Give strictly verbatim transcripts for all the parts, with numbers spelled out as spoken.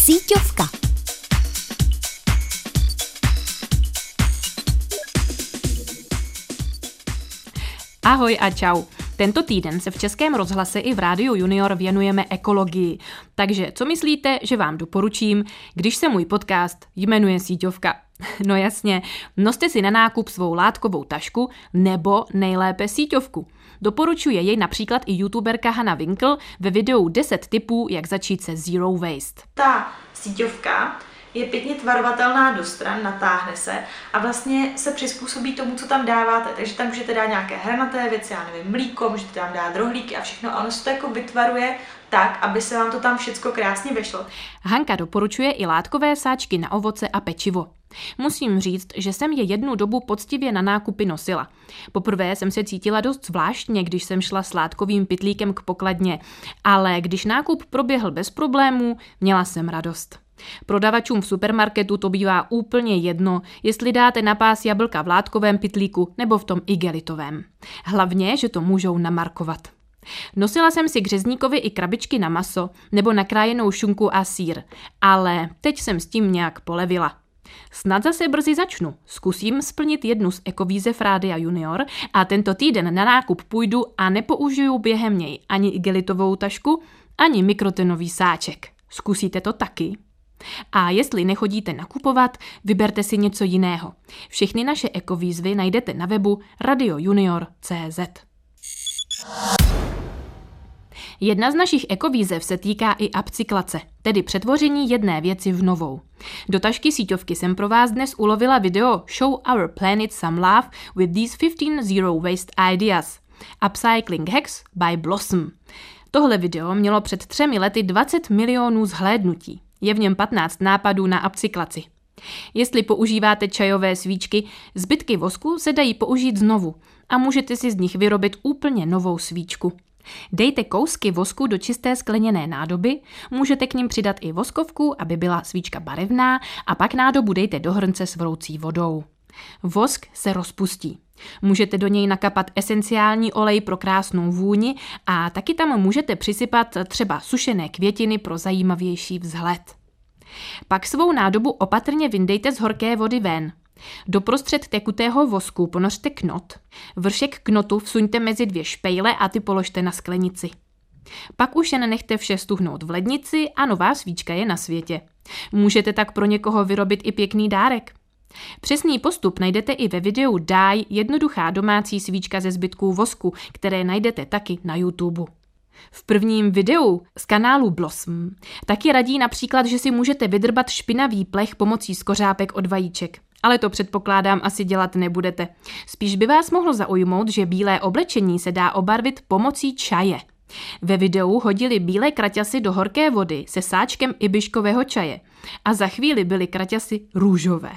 Síťovka. Ahoj a čau. Tento týden se v Českém rozhlase i v Rádiu Junior věnujeme ekologii. Takže co myslíte, že vám doporučím, když se můj podcast jmenuje Síťovka? No jasně, noste si na nákup svou látkovou tašku nebo nejlépe síťovku. Doporučuje jej například i youtuberka Hana Winkl ve videu deset tipů, jak začít se zero waste. Ta síťovka je pěkně tvarovatelná do stran, natáhne se a vlastně se přizpůsobí tomu, co tam dáváte. Takže tam můžete dát nějaké hranaté věci, já nevím, mlíko, můžete tam dát rohlíky a všechno. A ono se to jako vytvaruje tak, aby se vám to tam všecko krásně vešlo. Hanka doporučuje i látkové sáčky na ovoce a pečivo. Musím říct, že jsem je jednu dobu poctivě na nákupy nosila. Poprvé jsem se cítila dost zvláštně, když jsem šla s látkovým pytlíkem k pokladně, ale když nákup proběhl bez problémů, měla jsem radost. Prodavačům v supermarketu to bývá úplně jedno, jestli dáte na pás jablka v látkovém pytlíku nebo v tom igelitovém. Hlavně, že to můžou namarkovat. Nosila jsem si k řezníkovi i krabičky na maso nebo nakrájenou šunku a sýr, ale teď jsem s tím nějak polevila. Snad zase brzy začnu. Zkusím splnit jednu z ekovýzev Rádia Junior a tento týden na nákup půjdu a nepoužiju během něj ani igelitovou tašku, ani mikrotenový sáček. Zkusíte to taky? A jestli nechodíte nakupovat, vyberte si něco jiného. Všechny naše ekovýzvy najdete na webu radio junior tečka cé zet. Jedna z našich ekovýzev se týká i upcyklace, tedy přetvoření jedné věci v novou. Do tašky síťovky jsem pro vás dnes ulovila video Show Our Planet Some Love with these fifteen Zero Waste Ideas. Upcycling Hacks by Blossom. Tohle video mělo před třemi lety dvacet milionů zhlédnutí. Je v něm patnáct nápadů na upcyklaci. Jestli používáte čajové svíčky, zbytky vosku se dají použít znovu a můžete si z nich vyrobit úplně novou svíčku. Dejte kousky vosku do čisté skleněné nádoby, můžete k nim přidat i voskovku, aby byla svíčka barevná, a pak nádobu dejte do hrnce s vroucí vodou. Vosk se rozpustí. Můžete do něj nakapat esenciální olej pro krásnou vůni a taky tam můžete přisypat třeba sušené květiny pro zajímavější vzhled. Pak svou nádobu opatrně vyndejte z horké vody ven. Doprostřed tekutého vosku ponořte knot. Vršek knotu vsuňte mezi dvě špejle a ty položte na sklenici. Pak už jen nechte vše stuhnout v lednici a nová svíčka je na světě. Můžete tak pro někoho vyrobit i pěkný dárek. Přesný postup najdete i ve videu Daj, jednoduchá domácí svíčka ze zbytků vosku, které najdete taky na YouTube. V prvním videu z kanálu Blossom taky radí například, že si můžete vydrbat špinavý plech pomocí skořápek od vajíček. Ale to předpokládám asi dělat nebudete. Spíš by vás mohlo zaujmout, že bílé oblečení se dá obarvit pomocí čaje. Ve videu hodili bílé kraťasy do horké vody se sáčkem ibiškového čaje a za chvíli byly kraťasy růžové.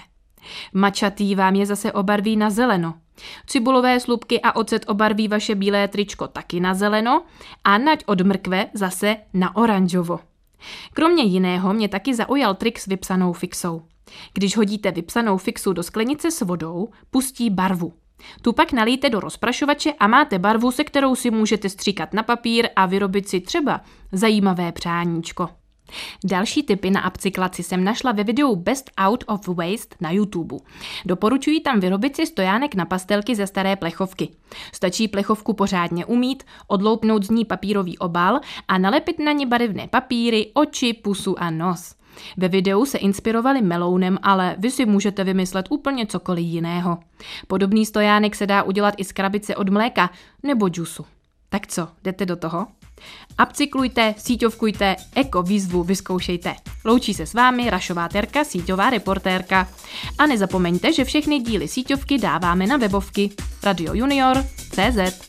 Mačatý vám je zase obarví na zeleno. Cibulové slupky a ocet obarví vaše bílé tričko taky na zeleno a nať od mrkve zase na oranžovo. Kromě jiného mě taky zaujal trik s vypsanou fixou. Když hodíte vypsanou fixu do sklenice s vodou, pustí barvu. Tu pak nalijte do rozprašovače a máte barvu, se kterou si můžete stříkat na papír a vyrobit si třeba zajímavé přáníčko. Další tipy na upcyklaci jsem našla ve videu Best Out of Waste na YouTube. Doporučuji tam vyrobit si stojánek na pastelky ze staré plechovky. Stačí plechovku pořádně umýt, odloupnout z ní papírový obal a nalepit na ní barevné papíry, oči, pusu a nos. Ve videu se inspirovali melounem, ale vy si můžete vymyslet úplně cokoliv jiného. Podobný stojánek se dá udělat i z krabice od mléka nebo džusu. Tak co, jdete do toho? Upcyklujte, síťovkujte, eko výzvu vyzkoušejte. Loučí se s vámi Rašová Terka, síťová reportérka. A nezapomeňte, že všechny díly síťovky dáváme na webovky radio junior tečka cé zet.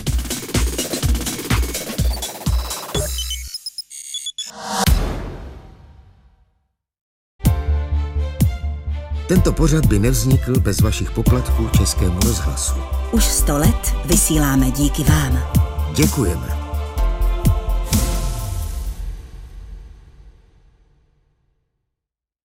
Tento pořad by nevznikl bez vašich poplatků Českému rozhlasu. Už sto let vysíláme díky vám. Děkujeme.